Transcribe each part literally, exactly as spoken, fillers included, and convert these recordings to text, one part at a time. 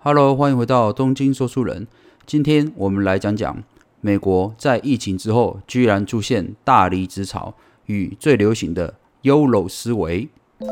Hello， 欢迎回到东京说书人。今天我们来讲讲美国在疫情之后居然出现大离职潮与最流行的 YOLO 思维。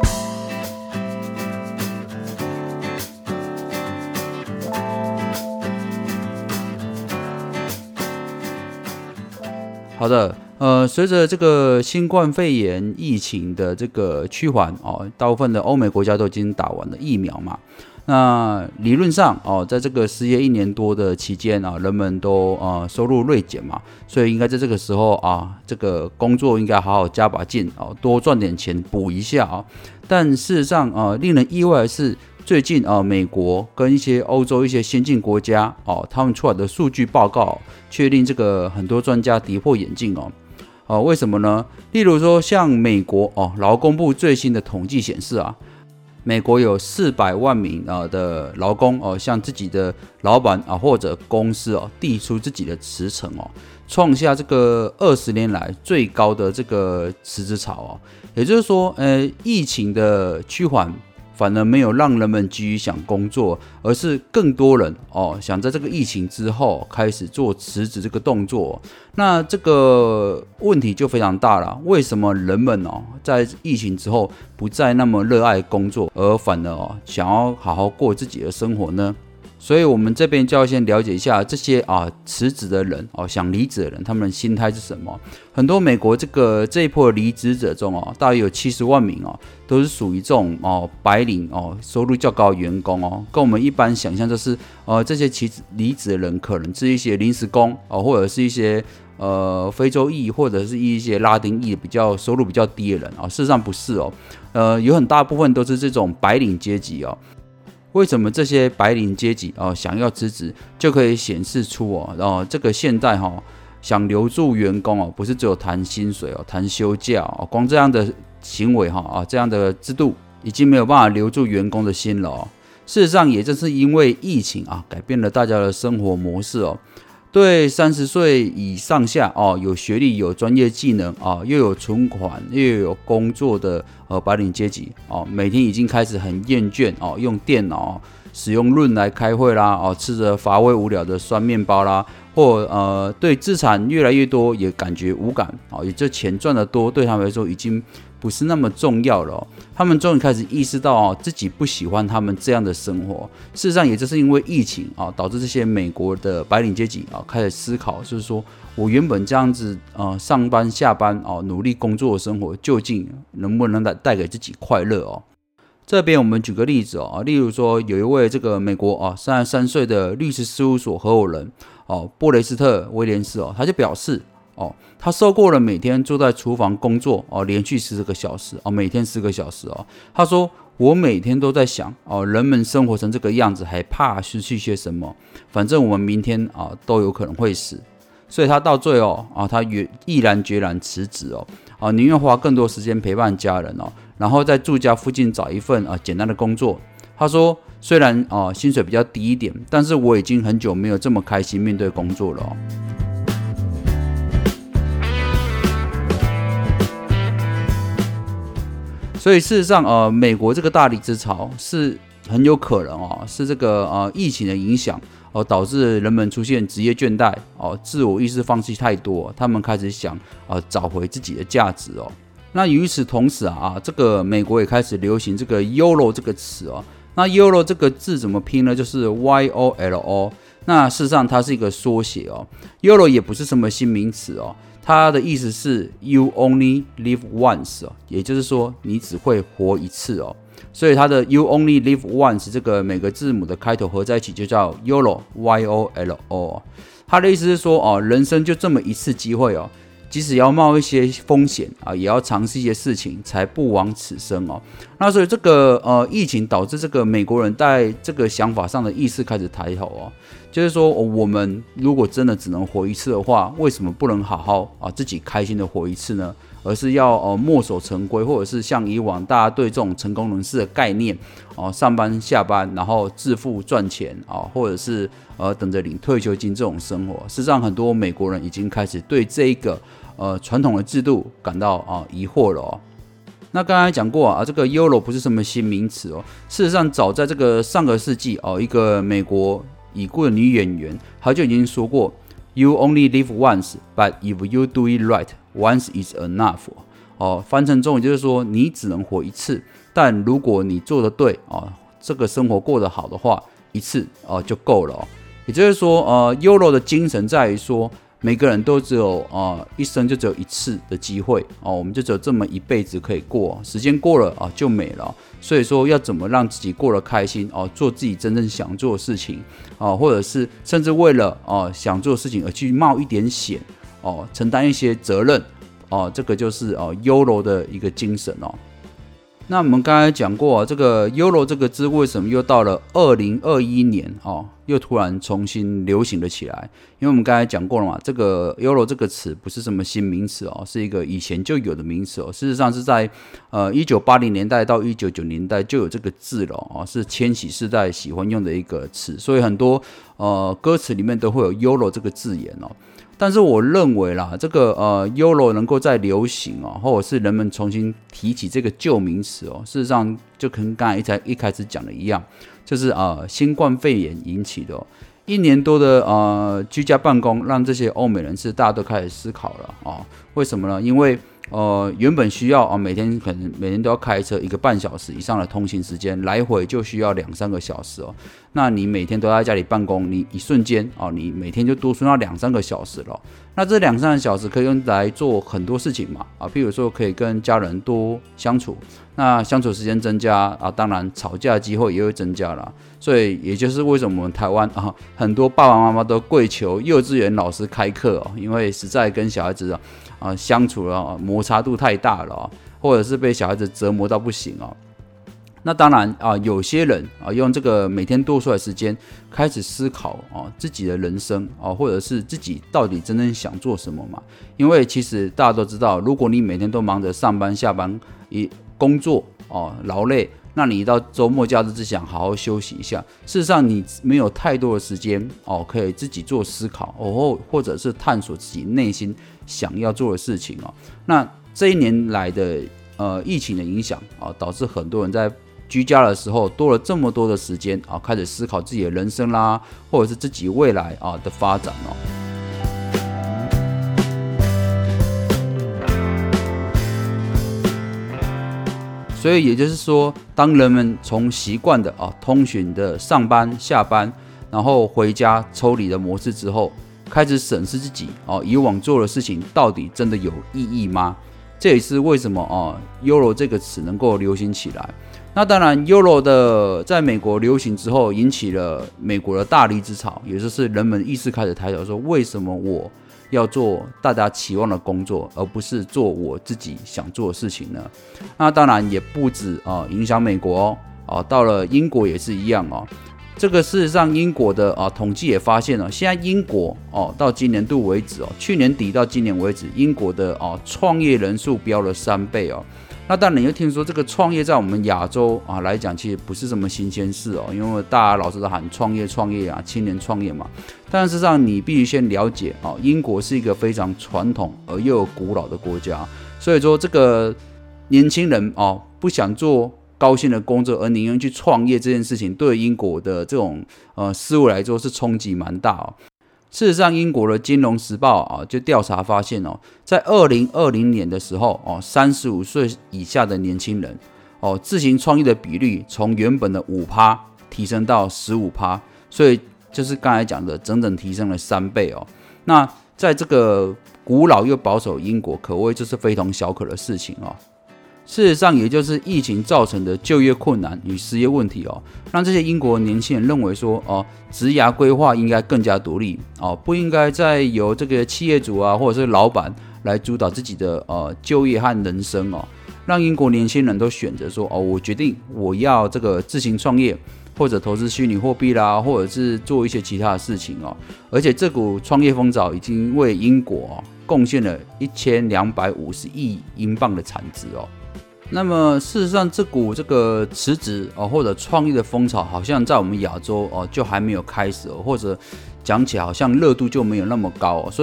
好的，呃，随着这个新冠肺炎疫情的这个趋缓哦，大部分的欧美国家都已经打完了疫苗嘛。那理论上哦，在这个失业一年多的期间啊，人们都呃收入锐减嘛，所以应该在这个时候啊，这个工作应该好好加把劲哦，多赚点钱补一下啊。但事实上啊，令人意外的是，最近啊，美国跟一些欧洲一些先进国家哦，他们出来的数据报告，却令这个很多专家跌破眼镜哦。哦，为什么呢？例如说，像美国哦，劳工部最新的统计显示啊。美国有四百万名啊的劳工哦，向自己的老板啊或者公司哦递出自己的辞呈哦，创下这个二十年来最高的这个辞职潮哦。也就是说，呃，疫情的趋缓反而没有让人们急于想工作，而是更多人哦想在这个疫情之后开始做辞职这个动作。那这个问题就非常大了，为什么人们哦在疫情之后不再那么热爱工作，而反而哦想要好好过自己的生活呢？所以我们这边就要先了解一下这些啊辞职的人哦，想离职的人，他们的心态是什么？很多美国这个这一波离职者中哦，大约有七十万名哦，都是属于这种哦白领哦，收入较高的员工哦，跟我们一般想象就是呃这些其离职的人可能是一些临时工哦，或者是一些呃非洲裔或者是一些拉丁裔比较收入比较低的人啊、哦，事实上不是哦，呃有很大部分都是这种白领阶级哦。为什么这些白领阶级哦想要辞职，就可以显示出哦，哦这个现在哈、哦、想留住员工哦，不是只有谈薪水哦，谈休假哦，光这样的行为哈啊这样的制度已经没有办法留住员工的心了哦。事实上，也正是因为疫情啊，改变了大家的生活模式哦。对三十岁以上下哦，有学历、有专业技能啊，又有存款、又有工作的呃白领阶级哦，每天已经开始很厌倦哦，用电脑、哦、使用论来开会啦，哦，吃着乏味无聊的酸面包啦，或呃对资产越来越多也感觉无感哦，也就钱赚得多对他们来说已经不是那么重要了、哦。他们终于开始意识到哦，自己不喜欢他们这样的生活。事实上，也就是因为疫情啊，导致这些美国的白领阶级啊开始思考，就是说我原本这样子呃上班下班哦努力工作的生活，究竟能不能带带给自己快乐哦？这边我们举个例子哦，例如说有一位这个美国啊三十三岁的律师事务所合伙人哦布雷斯特威廉斯哦，他就表示。哦，他受够了每天坐在厨房工作哦，连续十个小时哦，每天十个小时哦。他说：“我每天都在想哦，人们生活成这个样子，还怕失去些什么？反正我们明天啊都有可能会死。”所以他到最后啊，他毅然决然辞职哦，啊，宁愿花更多时间陪伴家人哦，然后在住家附近找一份啊简单的工作。他说：“虽然啊薪水比较低一点，但是我已经很久没有这么开心面对工作了哦。”所以事实上，呃，美国这个大离职潮是很有可能哦，是这个呃疫情的影响哦，导致人们出现职业倦怠哦，自我意识放弃太多，他们开始想呃找回自己的价值哦。那与此同时啊，啊这个美国也开始流行这个 YOLO 这个词哦。那 YOLO 这个字怎么拼呢？就是 Y O L O。那事实上它是一个缩写哦 ，YOLO 也不是什么新名词哦。它的意思是 You only live once 哦，也就是说你只会活一次哦，所以它的 You only live once 这个每个字母的开头合在一起就叫 YOLO Y O L O。它的意思是说哦，人生就这么一次机会哦，即使要冒一些风险啊，也要尝试一些事情，才不枉此生哦。那所以这个呃疫情导致这个美国人在这个想法上的意识开始抬头哦。就是说、哦，我们如果真的只能活一次的话，为什么不能好好啊自己开心的活一次呢？而是要呃墨守成规，或者是像以往大家对这种成功人士的概念哦、啊，上班下班然后致富赚钱啊，或者是呃等着领退休金这种生活，事实上很多美国人已经开始对这一个呃传统的制度感到啊疑惑了哦。 那刚才讲过啊，这个 Y O L O 不是什么新名词哦，事实上早在这个上个世纪哦，一个美国已故的女演员，她就已经说过 ，You only live once, but if you do it right, once is enough。哦，翻成中文就是说，你只能活一次，但如果你做得对哦，这个生活过得好的话，一次哦就够了哦。也就是说，呃 ，Y O L O 的精神在于说，每个人都只有呃一生就只有一次的机会哦，我们就只有这么一辈子可以过，时间过了啊就没了。所以说，要怎么让自己过得开心哦，做自己真正想做的事情哦，或者是甚至为了哦想做的事情而去冒一点险哦，承担一些责任哦，这个就是哦 Y O L O 的一个精神哦。那我们刚才讲过，这个 Y O L O 这个字为什么又到了二零二一年哦，又突然重新流行了起来？因为我们刚才讲过了嘛，这个 Y O L O 这个词不是什么新名词哦，是一个以前就有的名词哦。事实上是在呃一九八零年代到一九九零年代就有这个字了哦，是千禧世代喜欢用的一个词，所以很多呃歌词里面都会有 Y O L O 这个字眼哦。但是我认为啦，这个呃 Y O L O 能够再流行哦，或者是人们重新提起这个旧名词哦，事实上就跟刚才一才一开始讲的一样，就是呃新冠肺炎引起的、哦、一年多的呃居家办公，让这些欧美人士大家都开始思考了哦，为什么呢？因为呃原本需要啊、哦、每天可能每天都要开车一个半小时以上的通勤时间，来回就需要两三个小时哦。那你每天都在家里办公，你一瞬间哦，你每天就多出那两三个小时了。那这两三个小时可以用来做很多事情嘛啊，譬如说可以跟家人多相处，那相处时间增加啊，当然吵架的机会也会增加啦。所以也就是为什么我们台湾啊很多爸爸妈妈都跪求幼稚园老师开课哦，因为实在跟小孩子啊。啊，相处了、啊、摩擦度太大了、啊，或者是被小孩子折磨到不行啊。那当然啊，有些人啊，用这个每天多出来的时间，开始思考啊自己的人生啊，或者是自己到底真正想做什么嘛。因为其实大家都知道，如果你每天都忙着上班、下班、一工作哦、啊，劳累。那你到周末假日只想好好休息一下，事实上你没有太多的时间哦，可以自己做思考哦，或者是探索自己内心想要做的事情哦。那这一年来的呃疫情的影响啊、哦，导致很多人在居家的时候多了这么多的时间啊、哦，开始思考自己的人生啦，或者是自己未来啊、哦、的发展哦。所以也就是说，当人们从习惯的啊通勤的上班、下班，然后回家抽离的模式之后，开始审视自己哦，以往做的事情到底真的有意义吗？这也是为什么哦 Y O L O 这个词能够流行起来。那当然 Y O L O 的在美国流行之后，引起了美国的大离职潮，也就是人们意识开始抬头说，为什么我要做大家期望的工作，而不是做我自己想做的事情呢？那当然也不止啊、呃，影响美国哦，啊，到了英国也是一样哦。这个事实上，英国的啊统计也发现了，现在英国哦到今年度为止哦，去年底到今年为止，英国的哦创业人数飙了三倍哦。那当然，你会听说这个创业在我们亚洲啊来讲，其实不是什么新鲜事哦，因为大家老是在喊创业、创业啊，青年创业嘛。但事实上，你必须先了解哦，英国是一个非常传统而又有古老的国家，所以说这个年轻人哦不想做高薪的工作，而宁愿去创业这件事情，对英国的这种呃思维来说是冲击蛮大哦。事实上，英国的《金融时报》啊，就调查发现哦，在二零二零年的时候哦，三十五岁以下的年轻人哦，自行创业的比率从原本的 百分之五 提升到 百分之十五， 所以就是刚才讲的，整整提升了三倍哦。那在这个古老又保守英国，可谓就是非同小可的事情哦。事实上，也就是疫情造成的就业困难与失业问题哦，让这些英国年轻人认为说，哦，职涯规划应该更加独立哦，不应该再由这个企业主啊或者是老板来主导自己的呃就业和人生哦，让英国年轻人都选择说，哦，我决定我要这个自行创业，或者投资虚拟货币啦，或者是做一些其他的事情哦，而且这股创业风潮已经为英国、哦、贡献了一千两百五十亿英镑的产值哦。那么事实上，这股这个辞职哦或者创业的风潮，好像在我们亚洲哦就还没有开始哦，或者讲起来好像热度就没有那么高哦。所以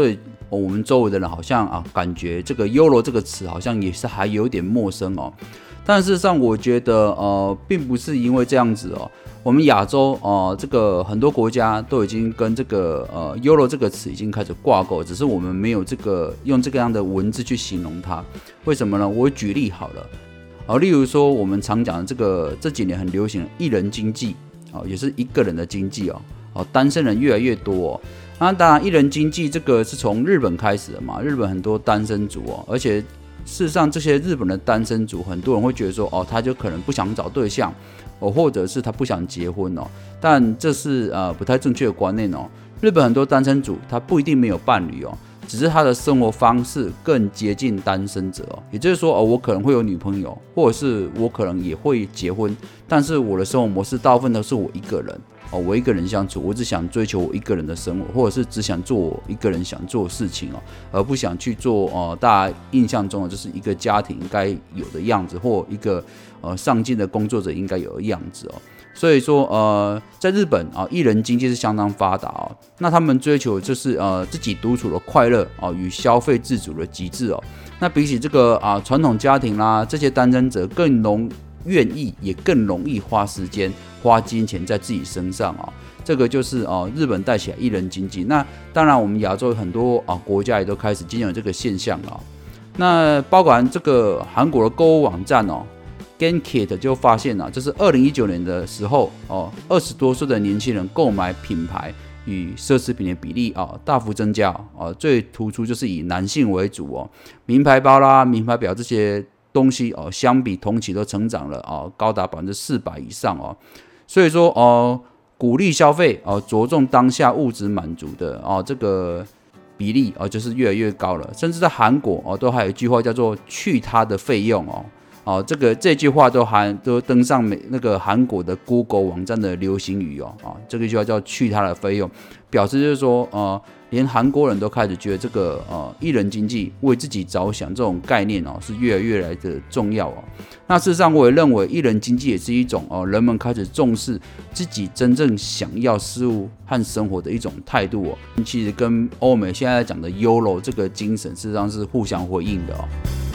哦，我们周围的人好像啊，感觉这个 Y O L O 这个词好像也是还有点陌生哦。但事实上，我觉得呃，并不是因为这样子哦。我们亚洲哦、呃，这个很多国家都已经跟这个呃 Y O L O 这个词已经开始挂钩，只是我们没有这个用这个样的文字去形容它。为什么呢？我举例好了，好、呃，例如说我们常讲的这个这几年很流行的一人经济，哦、呃，也是一个人的经济哦，哦、呃，单身人越来越多哦。那当然，一人经济这个是从日本开始的嘛，日本很多单身族哦，而且事实上这些日本的单身族，很多人会觉得说，哦，他就可能不想找对象。哦，或者是他不想结婚哦，但这是呃不太正确的观念哦。日本很多单身族他不一定没有伴侣哦，只是他的生活方式更接近单身者哦。也就是说，哦，我可能会有女朋友，或者是我可能也会结婚，但是我的生活模式大部分都是我一个人哦，我一个人相处，我只想追求我一个人的生活，或者是只想做我一个人想做的事情哦，而不想去做哦、呃、大家印象中的就是一个家庭应该有的样子，或一个呃上进的工作者应该有的样子哦。所以说呃，在日本啊，艺人经济是相当发达哦，那他们追求就是呃自己独处的快乐哦，与消费自主的极致哦。那比起这个啊传统家庭啦，这些单身者更容愿意也更容易花时间花金钱在自己身上哦，这个就是哦日本带起来一人经济。那当然我们亚洲很多啊国家也都开始经有这个现象了。那包含这个韩国的购物网站哦 Genkit 就发现啊，就是二零一九年的时候哦，二十多岁的年轻人购买品牌与奢侈品的比例啊大幅增加哦，最突出就是以男性为主哦，名牌包啦、名牌表这些东西哦，相比同期都成长了哦，高达百分之四百以上哦。所以说哦，鼓励消费哦，着重当下物质满足的哦，这个比例哦，就是越来越高了。甚至在韩国哦，都还有一句话叫做"去他的费用"哦。哦，这个这句话都还都登上美那个韩国的 Google 网站的流行语哦。啊，这个句话叫"去他的费用"，表示就是说呃。连韩国人都开始觉得这个呃一人经济为自己着想这种概念哦是越来越来的重要哦。那事实上我也认为一人经济也是一种哦人们开始重视自己真正想要事物和生活的一种态度哦。其实跟欧美现在讲的 Y O L O 这个精神事实上是互相回应的哦。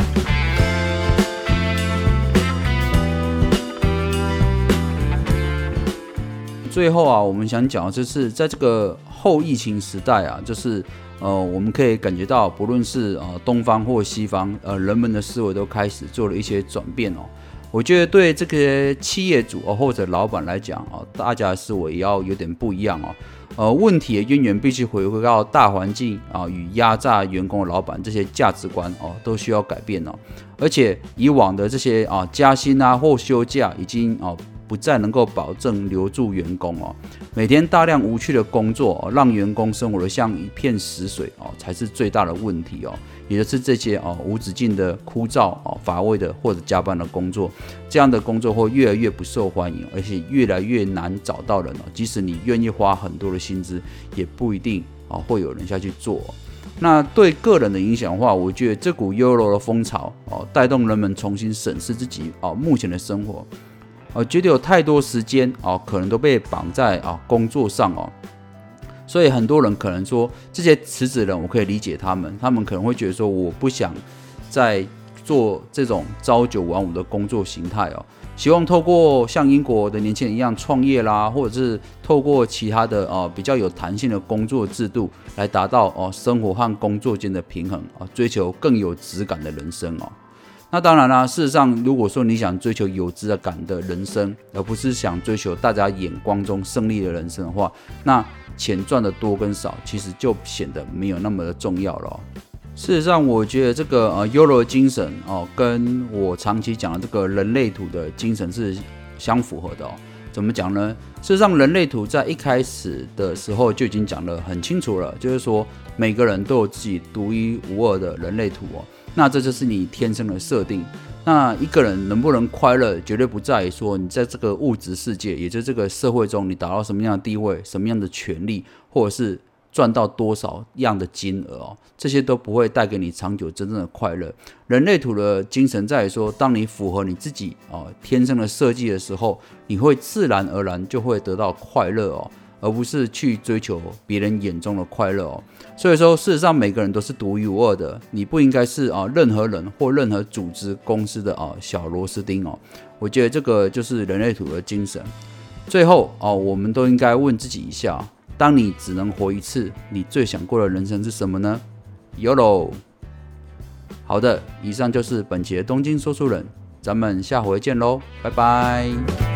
最后啊，我们想讲的就是在这个后疫情时代啊，就是呃，我们可以感觉到，不论是呃东方或西方，呃，人们的思维都开始做了一些转变哦。我觉得对这个企业主、哦、或者老板来讲啊、哦，大家的思维也要有点不一样哦。呃，问题的渊源必须回归到大环境啊与压榨员工的老板这些价值观哦，都需要改变哦。而且以往的这些啊加薪啊或休假已经哦。不再能够保证留住员工哦，每天大量无趣的工作、哦、让员工生活的像一片死水哦，才是最大的问题哦。也就是这些哦无止境的枯燥哦乏味的或者加班的工作，这样的工作会越来越不受欢迎，而且越来越难找到人哦。即使你愿意花很多的薪资，也不一定哦会有人下去做、哦。那对个人的影响的话，我觉得这股 Y O L O 的风潮哦，带动人们重新审视自己哦目前的生活。呃，觉得有太多时间哦，可能都被绑在啊工作上哦，所以很多人可能说，这些辞职人，我可以理解他们，他们可能会觉得说，我不想再做这种朝九晚五的工作形态哦，希望透过像英国的年轻人一样创业啦，或者是透过其他的哦比较有弹性的工作制度，来达到哦生活和工作间的平衡啊，追求更有质感的人生哦。那当然啦，事实上，如果说你想追求有质感的人生，而不是想追求大家眼光中胜利的人生的话，那钱赚的多跟少，其实就显得没有那么的重要了、哦。事实上，我觉得这个呃 Y O L O 的精神哦，跟我长期讲的这个人类图的精神是相符合的哦。怎么讲呢？事实上，人类图在一开始的时候就已经讲得很清楚了，就是说每个人都有自己独一无二的人类图哦。那这就是你天生的设定。那一个人能不能快乐，绝对不在于说你在这个物质世界，也就是这个社会中，你达到什么样的地位、什么样的权利，或者是赚到多少样的金额哦，这些都不会带给你长久真正的快乐。人类图的精神在于说，当你符合你自己哦天生的设计的时候，你会自然而然就会得到快乐哦。 而不是去追求别人眼中的快乐哦。所以说，事实上每个人都是独一无二的，你不应该是啊任何人或任何组织公司的啊小螺丝钉哦。我觉得这个就是人类图的精神。最后哦，我们都应该问自己一下：当你只能活一次，你最想过的人生是什么呢 ？Y O L O。好的，以上就是本期的东京说书人，咱们下回见喽，拜拜。